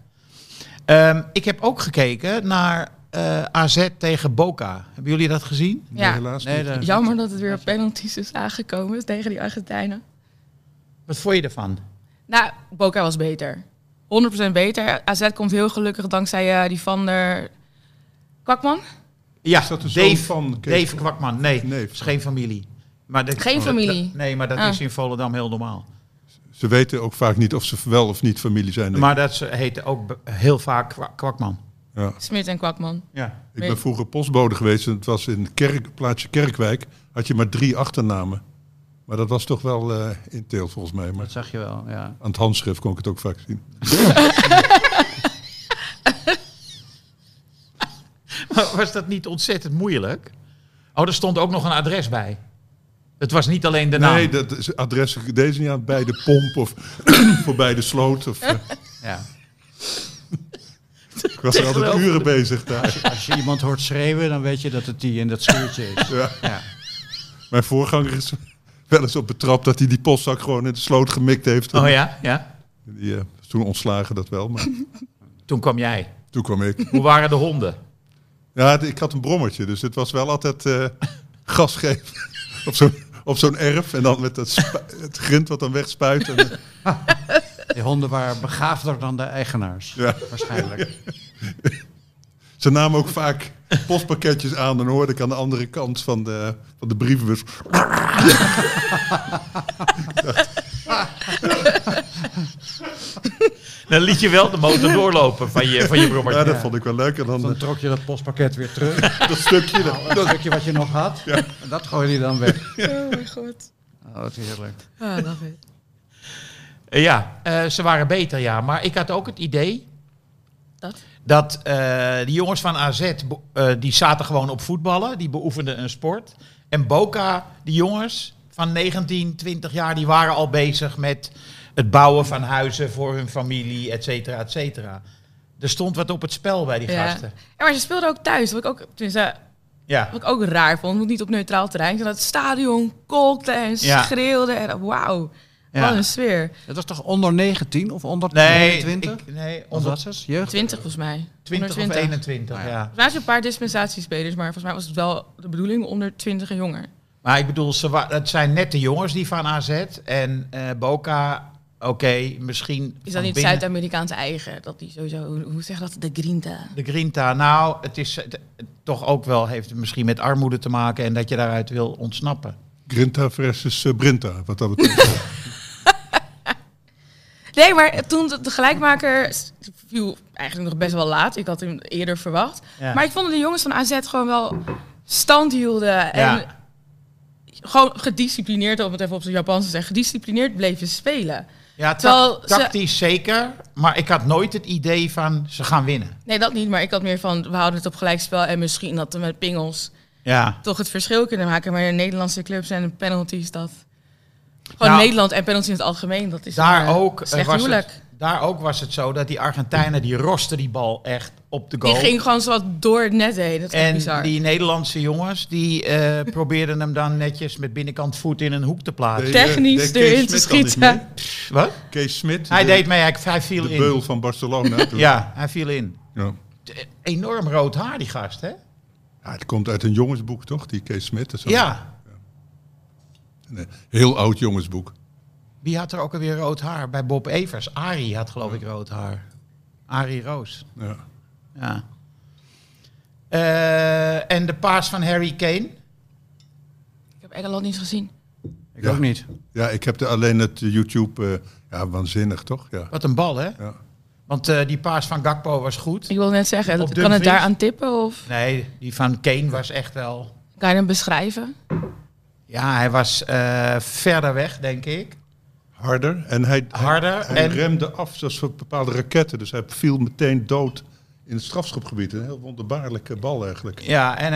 Ik heb ook gekeken naar AZ tegen Boca. Hebben jullie dat gezien? Ja. Helaas Nee, niet. Jammer dat het weer op penalties is aangekomen tegen die Argentijnen. Wat vond je ervan? Nou, Boca was beter. 100% beter. AZ komt heel gelukkig dankzij die Van der Kwakman. Ja, Is dat de zoon Dave, van Kees? Dave Kwakman. Nee, Nee. het is geen familie. Maar Geen familie? Nee, maar dat is in Volendam heel normaal. Ze weten ook vaak niet of ze wel of niet familie zijn. Maar dat heette ook heel vaak Kwakman. Ja. Smit en Kwakman. Ja. Ik ben vroeger postbode geweest en het was in plaatsje Kerkwijk. Had je maar 3 achternamen. Maar dat was toch wel in Teelt volgens mij. Maar Dat zag je wel, ja. aan het handschrift kon ik het ook vaak zien. Was dat niet ontzettend moeilijk? Oh, er stond ook nog een adres bij. Het was niet alleen de naam. Nee, dat is adres deze niet aan. Bij de pomp of voorbij de sloot. Of, Ja. ik was er altijd uren bezig daar. Als je iemand hoort schreeuwen, dan weet je dat het die in dat schuurtje is. Ja. Ja. Mijn voorganger is wel eens op betrapt dat hij die postzak gewoon in de sloot gemikt heeft. Oh ja? Ja. Die is toen ontslagen dat wel, maar Toen kwam jij. toen kwam ik. Hoe waren de honden? Ja, ik had een brommertje, dus het was wel altijd gas geven op zo'n erf. En dan met het grind wat dan wegspuit. En, Die honden waren begaafder dan de eigenaars, ja. waarschijnlijk. Ze namen ook vaak postpakketjes aan. Dan hoorde ik aan de andere kant van de brievenbus. Dan liet je wel de motor doorlopen van je brommer. Ja, dat vond ik wel leuk. En Dan trok je dat postpakket weer terug. dat stukje. Dat stukje wat je nog had. Ja. En dat gooide je dan weg. Oh mijn god. Oh, dat is heerlijk. Ah, dat weet ik. Ja, ze waren beter, ja. Maar ik had ook het idee dat die jongens van AZ, die zaten gewoon op voetballen. Die beoefenden een sport. En Boca, die jongens van 19, 20 jaar, die waren al bezig met het bouwen van huizen voor hun familie, et cetera, et cetera. Er stond wat op het spel bij die gasten. Ja, maar ze speelden ook thuis. Wat ik ook, wat ik ook raar vond, niet op neutraal terrein. Dat het stadion kolkte en schreeuwde. En wauw, wat een sfeer. Dat was toch onder 19 of onder 22? Onder wat is jeugd? 20 volgens mij. 20 of 21, ja. Volgens mij zijn een paar dispensatiespelers, maar volgens mij was het wel de bedoeling onder 20 en jonger. Maar ik bedoel, het zijn nette jongens die van AZ en Boca, oké, misschien... Is dat niet Zuid-Amerikaanse eigen? Dat die sowieso, hoe zeg je dat? De grinta. De grinta, nou, het is toch ook wel, heeft misschien met armoede te maken en dat je daaruit wil ontsnappen. Grinta versus Brinta, wat dat betreft. Nee, maar toen de gelijkmaker viel eigenlijk nog best wel laat. Ik had hem eerder verwacht. Ja. Maar ik vond dat de jongens van AZ gewoon wel stand hielden. En gewoon gedisciplineerd, om het even op zijn Japans te zeggen, gedisciplineerd bleven spelen. Ja, tactisch zeker. Maar ik had nooit het idee van, ze gaan winnen. Nee, dat niet. Maar ik had meer van, we houden het op gelijkspel. En misschien dat we met pingels toch het verschil kunnen maken. Maar in Nederlandse clubs en penalties, dat... Gewoon Nederland en penalty in het algemeen, dat is slecht huwelijk. Daar ook was het zo dat die Argentijnen, die rosten die bal echt op de goal. Die ging gewoon zo wat door het net heen, dat is bizar. En die Nederlandse jongens, die probeerden hem dan netjes met binnenkant voet in een hoek te plaatsen. Technisch erin te schieten. Wat? Kees Smit. Hij deed mee, hij viel in. De beul van Barcelona. Ja, hij viel in. Ja. Enorm rood haar, die gast, hè? Ja, het komt uit een jongensboek, toch? Die Kees Smit. Ja. Een heel oud jongensboek. Wie had er ook alweer rood haar? Bij Bob Evers. Arie had geloof ik rood haar. Arie Roos. Ja. En de paas van Harry Kane? Ik heb Engeland niet gezien. Ik ook niet. Ja, ik heb alleen het YouTube... waanzinnig toch? Ja. Wat een bal, hè? Ja. Want die paas van Gakpo was goed. Ik wil net zeggen, kan het daar aan tippen? Of? Nee, die van Kane was echt wel... Kan je hem beschrijven? Ja, hij was verder weg, denk ik. Harder. En hij remde af, zoals voor bepaalde raketten. Dus hij viel meteen dood in het strafschopgebied. Een heel wonderbaarlijke bal eigenlijk. Ja, en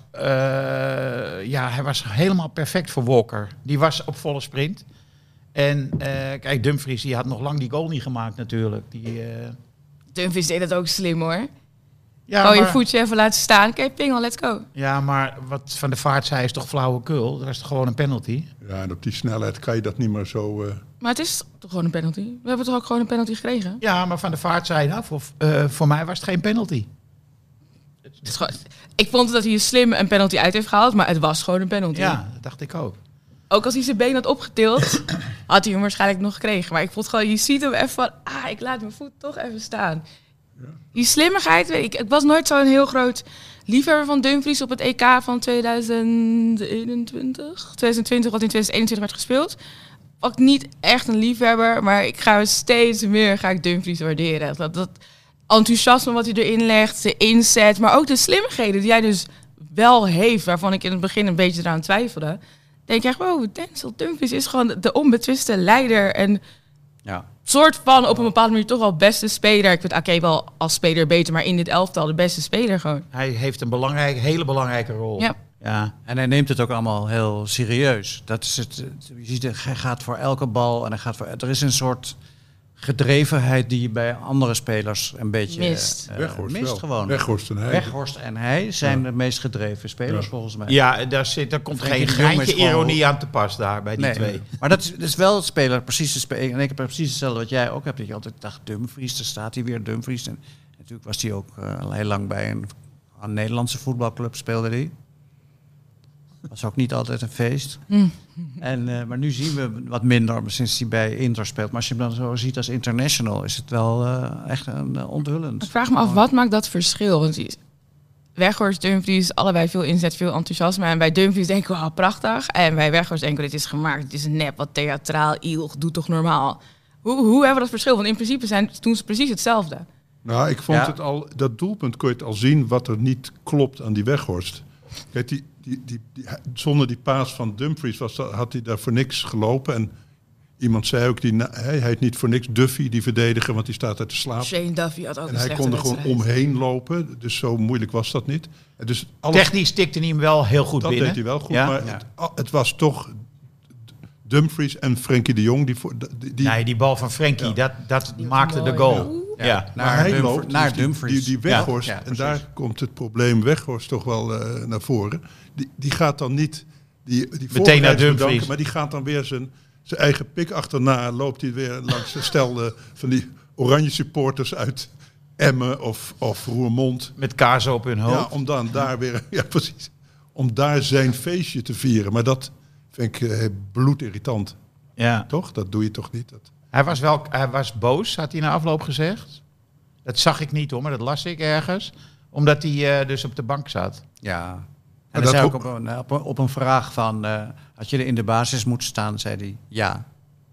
hij was helemaal perfect voor Walker. Die was op volle sprint. En kijk, Dumfries die had nog lang die goal niet gemaakt natuurlijk. Dumfries deed dat ook slim hoor. Ja, gewoon je voetje even laten staan. Oké, pingel, let's go. Ja, maar wat Van der Vaart zei is toch flauwekul? Dat is toch gewoon een penalty? Ja, en op die snelheid kan je dat niet meer zo... Maar het is toch gewoon een penalty? We hebben toch ook gewoon een penalty gekregen? Ja, maar Van der Vaart zei, nou, voor mij was het geen penalty. Het is gewoon, ik vond dat hij slim een penalty uit heeft gehaald, maar het was gewoon een penalty. Ja, dat dacht ik ook. Ook als hij zijn been had opgetild, had hij hem waarschijnlijk nog gekregen. Maar ik vond gewoon, je ziet hem even van, ik laat mijn voet toch even staan. Ja. Die slimmigheid, ik was nooit zo'n heel groot liefhebber van Dumfries op het EK van 2020, wat in 2021 werd gespeeld. Ook niet echt een liefhebber, maar ik ga steeds meer Dumfries waarderen. Dat enthousiasme wat hij erin legt, de inzet, maar ook de slimmigheden die hij dus wel heeft, waarvan ik in het begin een beetje eraan twijfelde. Denk ik echt, wow, Denzel Dumfries is gewoon de onbetwiste leider en soort van op een bepaalde manier toch wel beste speler. Ik vind Ake wel als speler beter, maar in dit elftal de beste speler gewoon. Hij heeft een hele belangrijke rol. Ja. En hij neemt het ook allemaal heel serieus. Dat is het. Je ziet, hij gaat voor elke bal en er is een soort gedrevenheid die je bij andere spelers een beetje mist. Mist gewoon. Weghorst en hij zijn de meest gedreven spelers volgens mij. Ja, daar komt geen greintje ironie aan te pas daar bij die twee. Maar dat is wel het speler, en ik heb precies hetzelfde wat jij ook hebt. Dat je altijd dacht, Dumfries, daar staat hij weer, Dumfries. En natuurlijk was hij ook al heel lang bij een Nederlandse voetbalclub speelde hij. Was ook niet altijd een feest. Maar nu zien we wat minder sinds hij bij Inter speelt. Maar als je hem dan zo ziet als international, is het wel echt een onthullend. Ik vraag me af, wat maakt dat verschil? Want Weghorst, Dumfries, allebei veel inzet, veel enthousiasme. En bij Dumfries denken we, prachtig. En bij Weghorst denken we, dit is gemaakt, dit is een nep, wat theatraal, doe toch normaal. Hoe hebben we dat verschil? Want in principe doen ze precies hetzelfde. Nou, ik vond het al, dat doelpunt kon je het al zien wat er niet klopt aan die Weghorst. Kijk, zonder die paas van Dumfries had hij daar voor niks gelopen. En iemand zei ook, hij heet niet voor niks Duffy, die verdediger, want die staat uit te slapen. Shane Duffy had ook en hij kon er gewoon omheen lopen, dus zo moeilijk was dat niet. En dus technisch tikte hij hem wel heel goed binnen. Dat deed hij wel goed, maar het was toch Dumfries en Frenkie de Jong. Die bal van Frenkie, dat maakte de goal. Ja. Maar hij loopt naar Dumfries. Die Weghorst, en daar komt het probleem Weghorst toch wel naar voren. Die gaat dan niet die meteen naar Dumfries, maar die gaat dan weer zijn eigen pik achterna. Loopt hij weer langs de stel van die oranje supporters uit Emmen of Roermond. Met kaarsen op hun hoofd. Ja, om dan daar weer, precies. Om daar zijn feestje te vieren. Maar dat vind ik bloedirritant. Ja. Toch? Dat doe je toch niet? Hij was boos, had hij na afloop gezegd. Dat zag ik niet hoor, maar dat las ik ergens. Omdat hij dus op de bank zat. Ja. En dan zei ook op een vraag van, als je er in de basis moet staan, zei hij ja.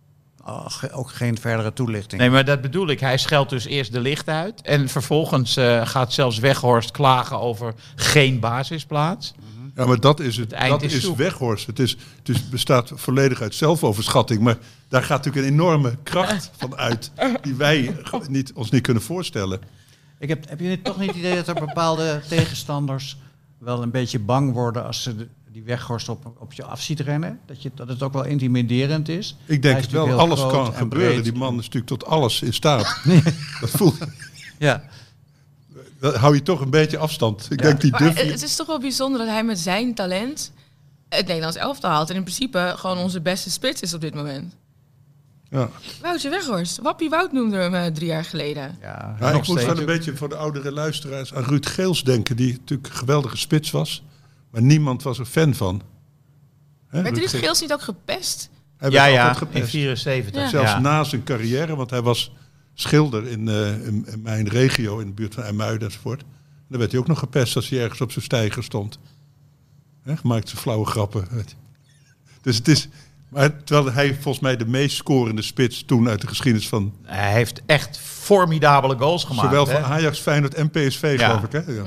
Ook geen verdere toelichting. Nee, maar dat bedoel ik. Hij scheldt dus eerst de licht uit. En vervolgens gaat zelfs Weghorst klagen over geen basisplaats. Ja, maar dat is het. Dat is Weghorst. Het bestaat volledig uit zelfoverschatting. Maar daar gaat natuurlijk een enorme kracht van uit die wij ons niet kunnen voorstellen. Heb je toch niet het idee dat er bepaalde tegenstanders wel een beetje bang worden als ze die Weghorst op je af ziet rennen? Dat het ook wel intimiderend is? Ik denk het wel. Alles kan gebeuren. Die man is natuurlijk tot alles in staat. Dat voelt. Ja. Dan hou je toch een beetje afstand. Ik denk die het is toch wel bijzonder dat hij met zijn talent het Nederlands elftal haalt. En in principe gewoon onze beste spits is op dit moment. Ja. Woutje Weghorst. Wappie Wout noemde hem 3 jaar geleden. Ja, ik moet wel een beetje voor de oudere luisteraars aan Ruud Geels denken. Die natuurlijk een geweldige spits was. Maar niemand was er fan van. Werd Ruud Geels niet ook gepest? Hij werd altijd gepest. In 74. Ja. Zelfs na zijn carrière, want hij was schilder in mijn regio, in de buurt van IJmuiden enzovoort. Dan werd hij ook nog gepest als hij ergens op zijn steiger stond. Maakte ze flauwe grappen. Dus het is... Maar terwijl hij volgens mij de meest scorende spits toen uit de geschiedenis van... Hij heeft echt formidabele goals gemaakt. Zowel van Ajax, Feyenoord en PSV, geloof ik. Hè?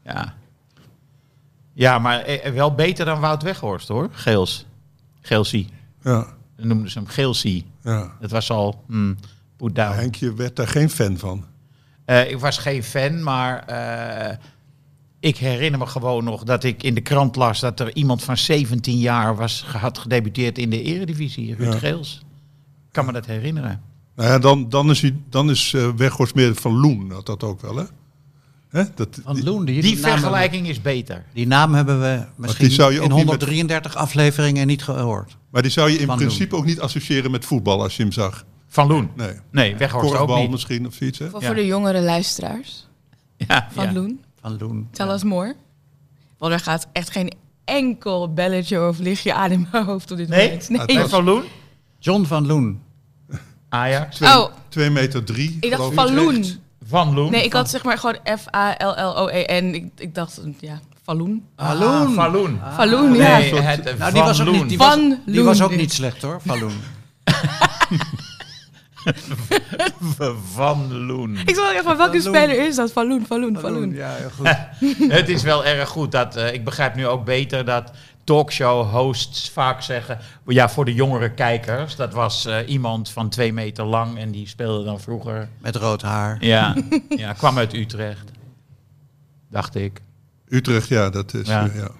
Ja, maar wel beter dan Wout Weghorst, hoor. Geelsie. Ja. Dan noemden ze hem Geelsie. Ja. Dat was al... put down. Henkje werd daar geen fan van. Ik was geen fan, maar... ik herinner me gewoon nog dat ik in de krant las dat er iemand van 17 jaar had gedebuteerd in de Eredivisie, Ruud Geels. Ik kan me dat herinneren. Nou ja, dan is Weghorst meer van Loen, dat ook wel, hè? Van Loen, die vergelijking is beter. Die naam hebben we misschien in 133 afleveringen niet gehoord. Maar die zou je in principe ook niet associëren met voetbal als je hem zag. Van Loen? Nee, Weghorst ook niet. Misschien of zoiets, hè? Voor de jongere luisteraars. Van Loen. Van Loen. Tell us more. Want er gaat echt geen enkel belletje of lichtje aan in mijn hoofd op dit moment. Nee, Van Loen? John van Loen. Ajax. 2,3 meter. Ik dacht Van Loen. Van Loen? Nee, ik had zeg maar gewoon F-A-L-L-O-E-N. Ik dacht, Van Loen. Van Loen. Van Loen, ja. Die was ook niet slecht, hoor. Van Loen. Van Loen. Ik zal even, welke speler is dat? Van Loen. Ja, heel goed. Het is wel erg goed dat, ik begrijp nu ook beter dat talkshow-hosts vaak zeggen, ja, voor de jongere kijkers, dat was iemand van 2 meter lang en die speelde dan vroeger. Met rood haar. Ja, kwam uit Utrecht, dacht ik. Utrecht, ja, dat is...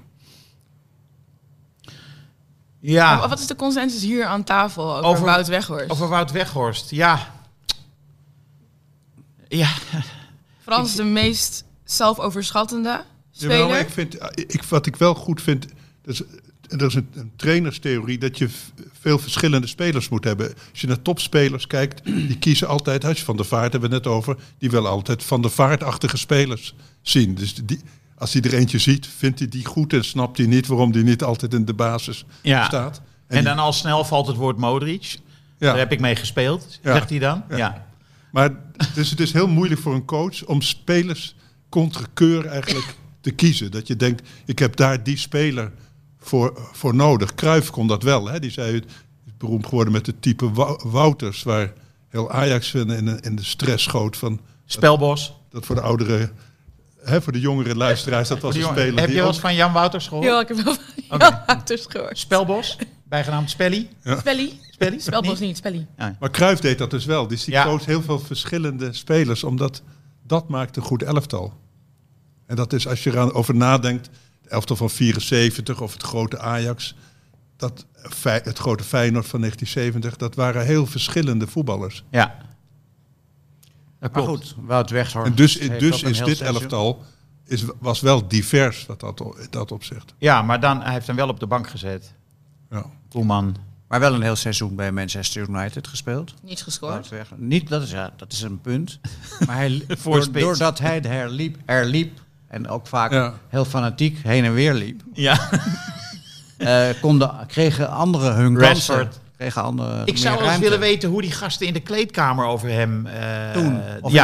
Ja. Maar wat is de consensus hier aan tafel over Wout Weghorst? Over Wout Weghorst, ja. Frans de meest zelfoverschattende speler. Ja, maar ik vind, wat ik wel goed vind, er is een trainerstheorie dat je veel verschillende spelers moet hebben. Als je naar topspelers kijkt, die kiezen altijd, als je Van der Vaart hebben we het net over, die willen altijd Van der Vaart-achtige spelers zien. Dus als hij er eentje ziet, vindt hij die goed en snapt hij niet waarom die niet altijd in de basis staat. En dan al snel valt het woord Modric. Daar heb ik mee gespeeld, zegt hij dan. Ja. Maar dus het is heel moeilijk voor een coach om spelers contre keur eigenlijk te kiezen. Dat je denkt, ik heb daar die speler voor nodig. Cruijff kon dat wel. Hè? Die zei, het is beroemd geworden met het type Wouters, waar heel Ajax in de stress schoot van... Spelbos. Dat voor de oudere... voor de jongere luisteraars, dat was een speler. Heb je wel eens van Jan Wouters gehoord? Ja, ik heb wel van Jan Wouters gehoord. Spelbos, bijgenaamd Spelly. Ja. Spelly? Spelbos niet, Spelly. Ja. Maar Cruijff deed dat dus wel. Dus die koos heel veel verschillende spelers, omdat dat maakt een goed elftal. En dat is, als je erover nadenkt, het elftal van 74 of het grote Ajax, het grote Feyenoord van 1970, dat waren heel verschillende voetballers. Ja. Maar goed, Wout Weghorst. En dus is dit elftal was wel divers wat dat opzicht. Ja, maar hij heeft hem wel op de bank gezet. Ja. Koeman. Maar wel een heel seizoen bij Manchester United gespeeld. Niet gescoord. Niet, dat is een punt. Maar hij, doordat hij erliep en ook vaak heel fanatiek heen en weer liep, kregen anderen hun kansen. Ik zou wel eens willen weten hoe die gasten in de kleedkamer over hem... Toen.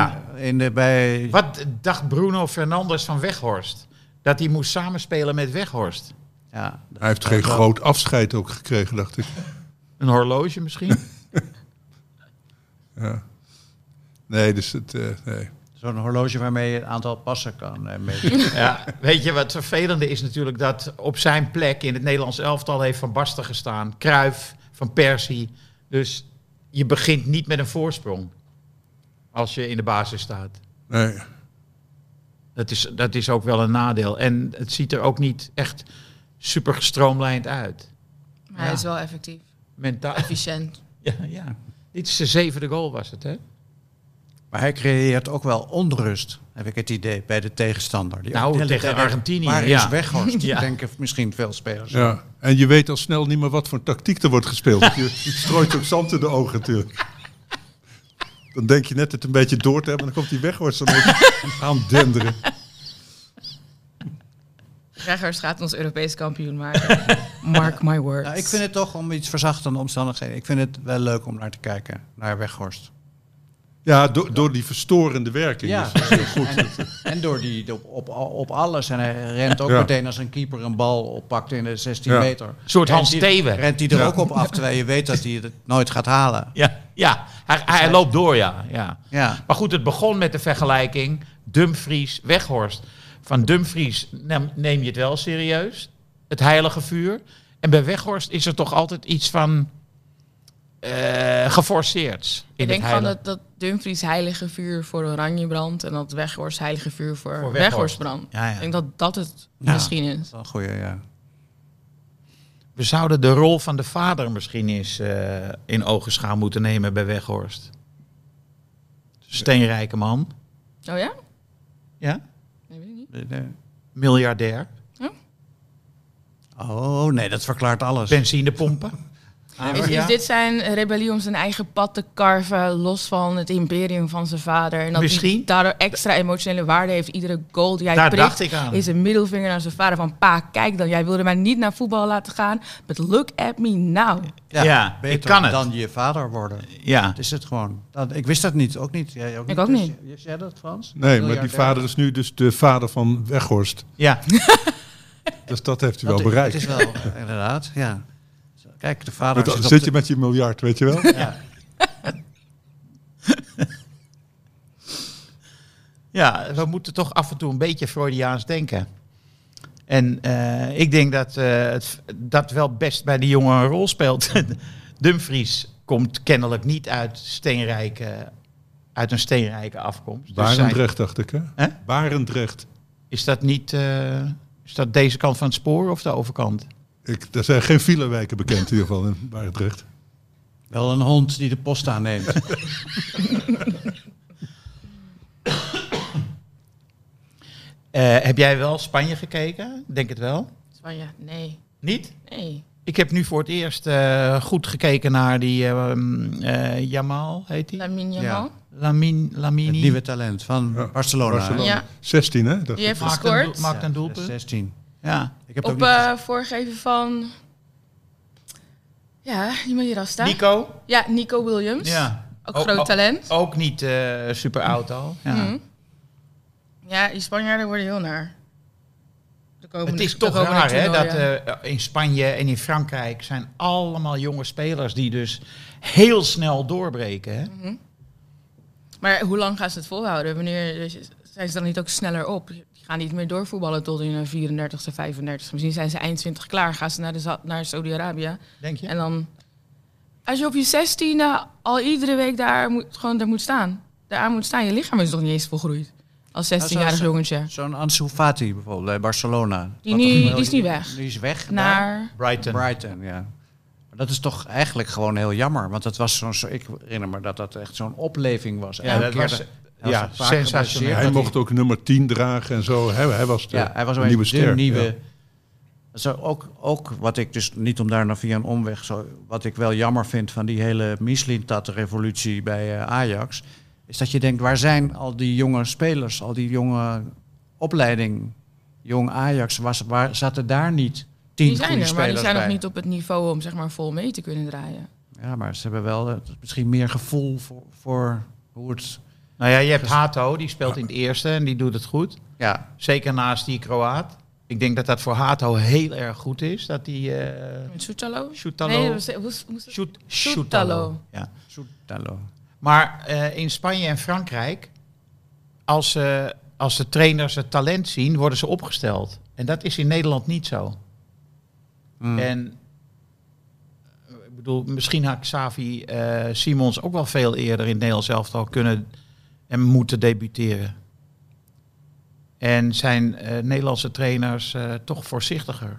Wat dacht Bruno Fernandes van Weghorst? Dat hij moest samenspelen met Weghorst. Ja, hij heeft geen groot afscheid ook gekregen, dacht ik. Een horloge misschien? Ja. Nee, dus het... nee. Zo'n horloge waarmee je het aantal passen kan meten. Ja, weet je, wat vervelende is natuurlijk dat op zijn plek in het Nederlands elftal heeft Van Basten gestaan. Cruijff, Van Persie. Dus je begint niet met een voorsprong als je in de basis staat. Nee. Dat is ook wel een nadeel. En het ziet er ook niet echt super gestroomlijnd uit. Maar hij is wel effectief. Mentaal. Efficiënt. Ja. Dit is de 7e goal was het, hè? Maar hij creëert ook wel onrust, heb ik het idee, bij de tegenstander. Tegen Argentinië. Waar is Weghorst? Ja. Denken misschien veel spelers. Ja. En je weet al snel niet meer wat voor tactiek er wordt gespeeld. Je strooit ook zand in de ogen natuurlijk. Dan denk je net het een beetje door te hebben en dan komt die Weghorst dan aan denderen. Weghorst gaat ons Europees kampioen maken. Mark my words. Nou, ik vind het toch, om iets verzachtende omstandigheden, ik vind het wel leuk om naar te kijken, naar Weghorst. Ja, door die verstorende werking. Ja, is heel goed. En door die op alles. En hij rent ook meteen als een keeper een bal oppakt in de 16 meter. Een soort Hans Steven. Rent hij er ook op af, terwijl je weet dat hij het nooit gaat halen. Ja. Hij loopt door, ja. Ja. Maar goed, het begon met de vergelijking Dumfries-Weghorst. Van Dumfries neem je het wel serieus, het heilige vuur. En bij Weghorst is er toch altijd iets van geforceerd. Ik denk van dat Dumfries heilige vuur voor Oranje brandt en dat Weghorst heilige vuur voor Weghorst brandt. Ja. Ik denk dat het misschien is. Dat is wel een goeie, ja. We zouden de rol van de vader misschien eens in ogenschouw moeten nemen bij Weghorst. Steenrijke man. Oh ja? Ja? Nee, weet ik niet. Nee. Miljardair. Oh nee, dat verklaart alles. Benzinepompen. Is dit zijn rebellie om zijn eigen pad te karven, los van het imperium van zijn vader? En dat Misschien. hij daardoor extra emotionele waarde heeft. Iedere goal die hij Daar prikt dacht ik aan. is een middelvinger naar zijn vader. Van pa, kijk dan, jij wilde mij niet naar voetbal laten gaan. But look at me now. Ja, beter ik kan het. dan je vader worden. Ja. Dat is het gewoon. Ik wist dat niet, ook niet. Jij ook niet. Ik ook niet. Wist jij dat, Frans? Nee, maar die vader is nu dus de vader van Weghorst. Ja. Dus dat heeft hij wel bereikt. Het is wel, inderdaad, ja. Kijk, de vader Zit je met je miljard, weet je wel? Ja. Ja, we moeten toch af en toe een beetje Freudiaans denken. En ik denk dat wel best bij die jongen een rol speelt. Dumfries komt kennelijk niet uit een steenrijke afkomst. Barendrecht, dacht ik, hè? Hè? Barendrecht. Is dat niet... is dat deze kant van het spoor of de overkant? Er zijn geen filewijken bekend in ieder geval in Barendrecht. Wel een hond die de post aanneemt. Heb jij wel Spanje gekeken? Denk het wel. Spanje, nee. Niet? Nee. Ik heb nu voor het eerst goed gekeken naar die Yamal, heet hij? Lamine Yamal. Lamini. Het nieuwe talent van Barcelona. Ja. 16, hè? Die heeft gescoord. Maakt een doelpunt. 16. Ja. Ik heb Op voorgeven van... Ja, iemand die daar staat. Nico. Ja, Nico Williams. Ja. Ook groot talent. Ook niet super oud al. Ja. Ja, die Spanjaarden worden heel naar. Het is toch raar, hè, dat in Spanje en in Frankrijk zijn allemaal jonge spelers die dus heel snel doorbreken. Hè? Mm-hmm. Maar hoe lang gaan ze het volhouden? Wanneer zijn ze dan niet ook sneller op? Die gaan niet meer doorvoetballen tot in 34e, 35e. Misschien zijn ze eind 20 klaar. Gaan ze naar Saudi-Arabië. Denk je? En dan, als je op je 16e al iedere week daar moet staan. Daar moet staan. Je lichaam is nog niet eens volgroeid. Als 16-jarig jongetje. Zo'n Ansu Fati bijvoorbeeld bij Barcelona. Die is niet weg. Die is weg naar Brighton, ja. Maar dat is toch eigenlijk gewoon heel jammer. Want dat was ik herinner me dat echt zo'n opleving was. Ja, dat was sensationeel. Hij mocht ook nummer 10 dragen en zo. Hij was de nieuwe ster. Nieuwe. Zo ook wat ik dus, niet om daar naar via een omweg, wat ik wel jammer vind van die hele Mislintat-revolutie bij Ajax, is dat je denkt, waar zijn al die jonge spelers, al die jonge opleiding, jong Ajax, waar zaten daar niet 10 goede spelers bij? Maar die zijn nog niet op het niveau om zeg maar vol mee te kunnen draaien. Ja, maar ze hebben wel misschien meer gevoel voor hoe het... Nou ja, je hebt Hato, die speelt in het eerste en die doet het goed. Ja. Zeker naast die Kroaat. Ik denk dat dat voor Hato heel erg goed is. Dat die... Soetalo? Nee, Soetalo. Ja. Soetalo. Maar in Spanje en Frankrijk, als de trainers het talent zien, worden ze opgesteld. En dat is in Nederland niet zo. En ik bedoel, misschien had Xavi Simons ook wel veel eerder in het Nederlands elftal kunnen en moeten debuteren. En zijn Nederlandse trainers toch voorzichtiger.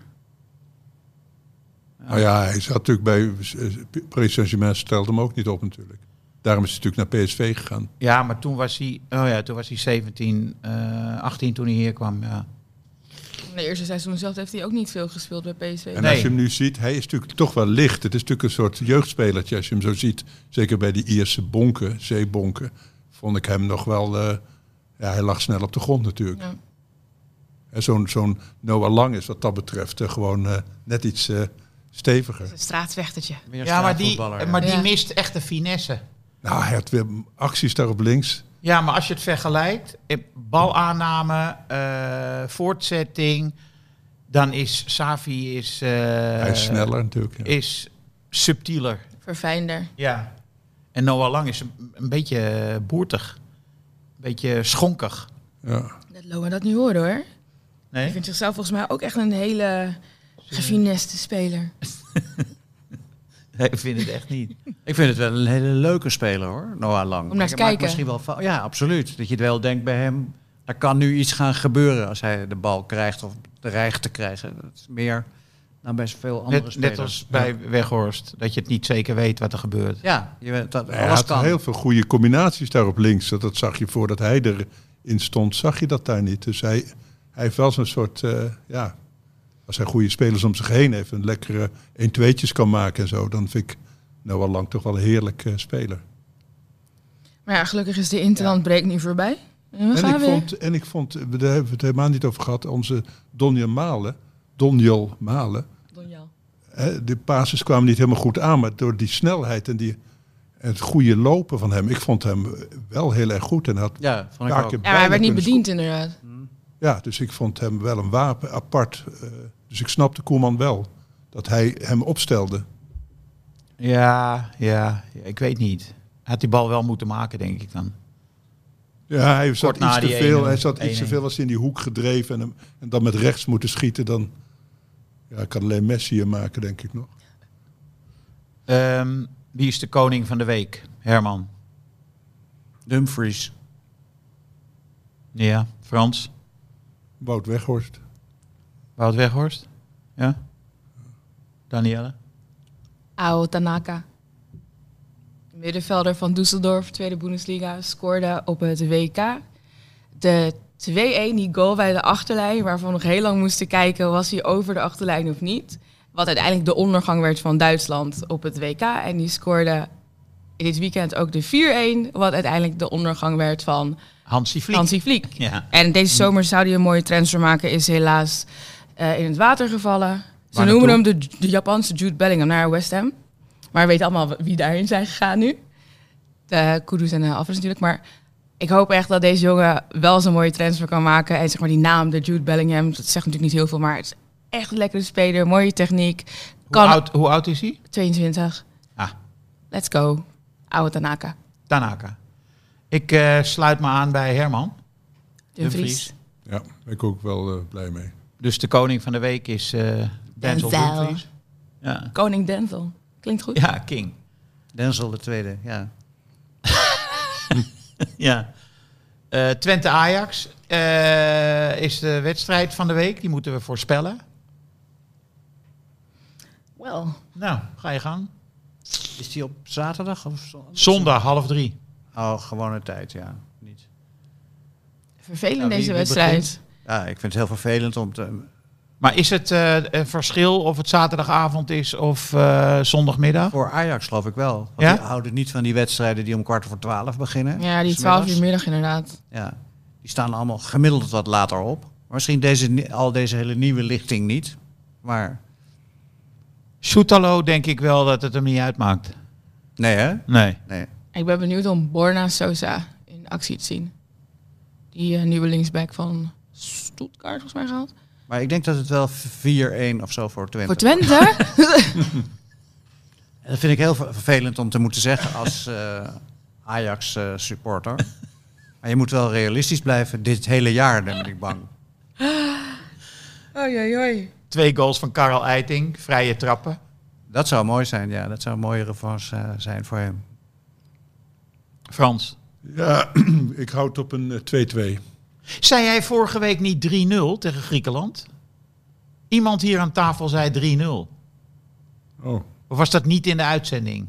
Nou ja, hij zat natuurlijk bij Paris Saint-Germain, stelde hem ook niet op natuurlijk. Daarom is hij natuurlijk naar PSV gegaan. Ja, maar toen was hij 17, 18 toen hij hier kwam. Ja. In de eerste seizoen zelf heeft hij ook niet veel gespeeld bij PSV. En als je hem nu ziet, hij is natuurlijk toch wel licht. Het is natuurlijk een soort jeugdspelertje als je hem zo ziet. Zeker bij die Ierse zeebonken, vond ik hem nog wel... hij lag snel op de grond natuurlijk. Ja. En zo'n Noah Lang is wat dat betreft gewoon net iets steviger. Een straatvechtertje. Ja, maar die mist echt de finesse. Nou, hij had weer acties daar op links. Ja, maar als je het vergelijkt, balaanname, voortzetting, dan is Xavi hij is sneller natuurlijk. Ja. Is subtieler. Verfijnder. Ja. En Noah Lang is een beetje boertig. Een beetje schonkig. Ja. Dat Loa dat nu horen hoor. Nee? Hij vindt zichzelf volgens mij ook echt een hele gefineste speler. Nee, ik vind het echt niet. Ik vind het wel een hele leuke speler hoor, Noah Lang. Om naar te kijken. Misschien wel ja, absoluut. Dat je het wel denkt bij hem, er kan nu iets gaan gebeuren als hij de bal krijgt of dreigt te krijgen. Dat is meer dan bij veel andere spelers. Net als bij Weghorst, dat je het niet zeker weet wat er gebeurt. Ja, je weet dat hij alles had kan. Heel veel goede combinaties daar op links. Dat zag je voordat hij erin stond, zag je dat daar niet. Dus hij heeft wel zo'n soort, als hij goede spelers om zich heen heeft, een lekkere 1-2'tjes kan maken en zo, dan vind ik Noah Lang toch wel een heerlijke speler. Maar ja, gelukkig is de interlandbreak nu voorbij. En ik vond, daar hebben we het helemaal niet over gehad, onze Donjal Malen. De passes kwamen niet helemaal goed aan, maar door die snelheid en het goede lopen van hem, ik vond hem wel heel erg goed. En had vond ik ook. Ja, hij werd niet bediend inderdaad. Ja, dus ik vond hem wel een wapen apart. Dus ik snapte Koeman wel, dat hij hem opstelde. Ja, ik weet niet. Hij had die bal wel moeten maken, denk ik dan. Ja, hij zat iets te veel. Hij zat iets te veel als in die hoek gedreven en dan met rechts moeten schieten. Dan kan alleen Messi hem maken, denk ik nog. Wie is de koning van de week? Herman. Dumfries. Ja, Frans. Wout Weghorst. Wout Weghorst? Ja. Danielle. Ao Tanaka. Middenvelder van Düsseldorf, tweede Bundesliga, scoorde op het WK. De 2-1, die goal bij de achterlijn, waarvan we nog heel lang moesten kijken, was hij over de achterlijn of niet. Wat uiteindelijk de ondergang werd van Duitsland op het WK. En die scoorde in dit weekend ook de 4-1, wat uiteindelijk de ondergang werd van Hansi Flick. Ja. En deze zomer zou hij een mooie transfer maken, is helaas in het water gevallen. Ze noemen hem de Japanse Jude Bellingham naar West Ham. Maar we weten allemaal wie daarin zijn gegaan nu. De Kudus en de Alvarez natuurlijk. Maar ik hoop echt dat deze jongen wel zo'n mooie transfer kan maken. En zeg maar die naam, de Jude Bellingham, dat zegt natuurlijk niet heel veel, maar het is echt een lekkere speler, mooie techniek. Hoe oud is hij? 22. Ah. Let's go. Oude Tanaka. Ik sluit me aan bij Herman. Dumfries. Ja, ben ik ook wel blij mee. Dus de koning van de week is Denzel Dumfries. Ja. Koning Denzel. Klinkt goed. Ja, King. Denzel de tweede, ja. Ja. Twente-Ajax is de wedstrijd van de week. Die moeten we voorspellen. Well. Nou, ga je gang. Is die op zaterdag of Zondag 2:30. Oh, gewone tijd, ja. Niet. Vervelend deze wedstrijd. Begint? Ja, ik vind het heel vervelend om te... Maar is het een verschil of het zaterdagavond is of zondagmiddag? Voor Ajax geloof ik wel. Want Ja? die houden niet van die wedstrijden die om 11:15 beginnen. Ja, die 'smiddags. 12 uur middag inderdaad. Ja, die staan allemaal gemiddeld wat later op. Maar misschien al deze hele nieuwe lichting niet. Maar Soetalo denk ik wel dat het hem niet uitmaakt. nee, hè? Nee. Nee. Ik ben benieuwd om Borna Sosa in actie te zien. Die nieuwe linksback van Stuttgart volgens mij gehaald. Maar ik denk dat het wel 4-1 of zo voor Twente. Voor Twente? Dat vind ik heel vervelend om te moeten zeggen als Ajax supporter. Maar je moet wel realistisch blijven dit hele jaar, ben ik bang. Oei. 2 goals van Karel Eiting, vrije trappen. Dat zou mooi zijn, ja. Dat zou een mooie revanche zijn voor hem. Frans. Ja, ik houd op een 2-2. Zei jij vorige week niet 3-0 tegen Griekenland? Iemand hier aan tafel zei 3-0. Oh. Of was dat niet in de uitzending?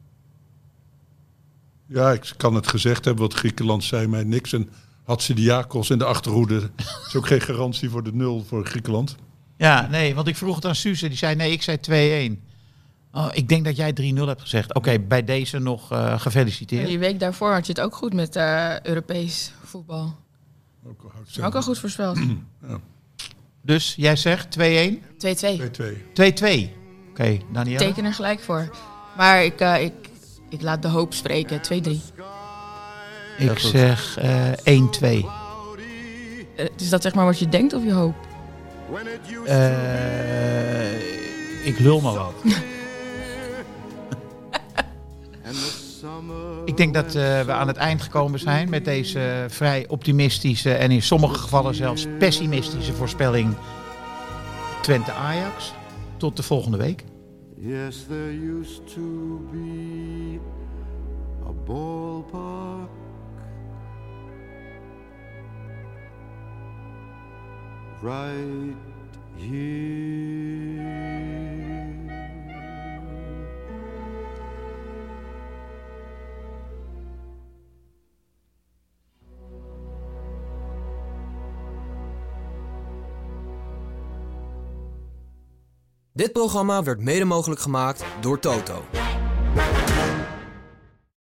Ja, ik kan het gezegd hebben, want Griekenland zei mij niks. En Hatsidiakos in de achterhoede. Dat is ook geen garantie voor de 0 voor Griekenland. Ja, nee, want ik vroeg het aan Suze. Die zei nee, ik zei 2-1. Oh, ik denk dat jij 3-0 hebt gezegd. Oké, bij deze nog gefeliciteerd. Die week daarvoor had je het ook goed met Europees voetbal. Ook al goed voorspeld. Ja. Dus jij zegt 2-1? 2-2. 2-2. 2-2. Oké, Danielle? Teken er gelijk voor. Maar ik laat de hoop spreken. 2-3. Ik zeg 1-2. Is dat zeg maar wat je denkt of je hoopt? Ik lul maar wat. Ik denk dat we aan het eind gekomen zijn met deze vrij optimistische en in sommige gevallen zelfs pessimistische voorspelling Twente-Ajax. Tot de volgende week. Yes, there used to be a ballpark right here. Dit programma werd mede mogelijk gemaakt door Toto.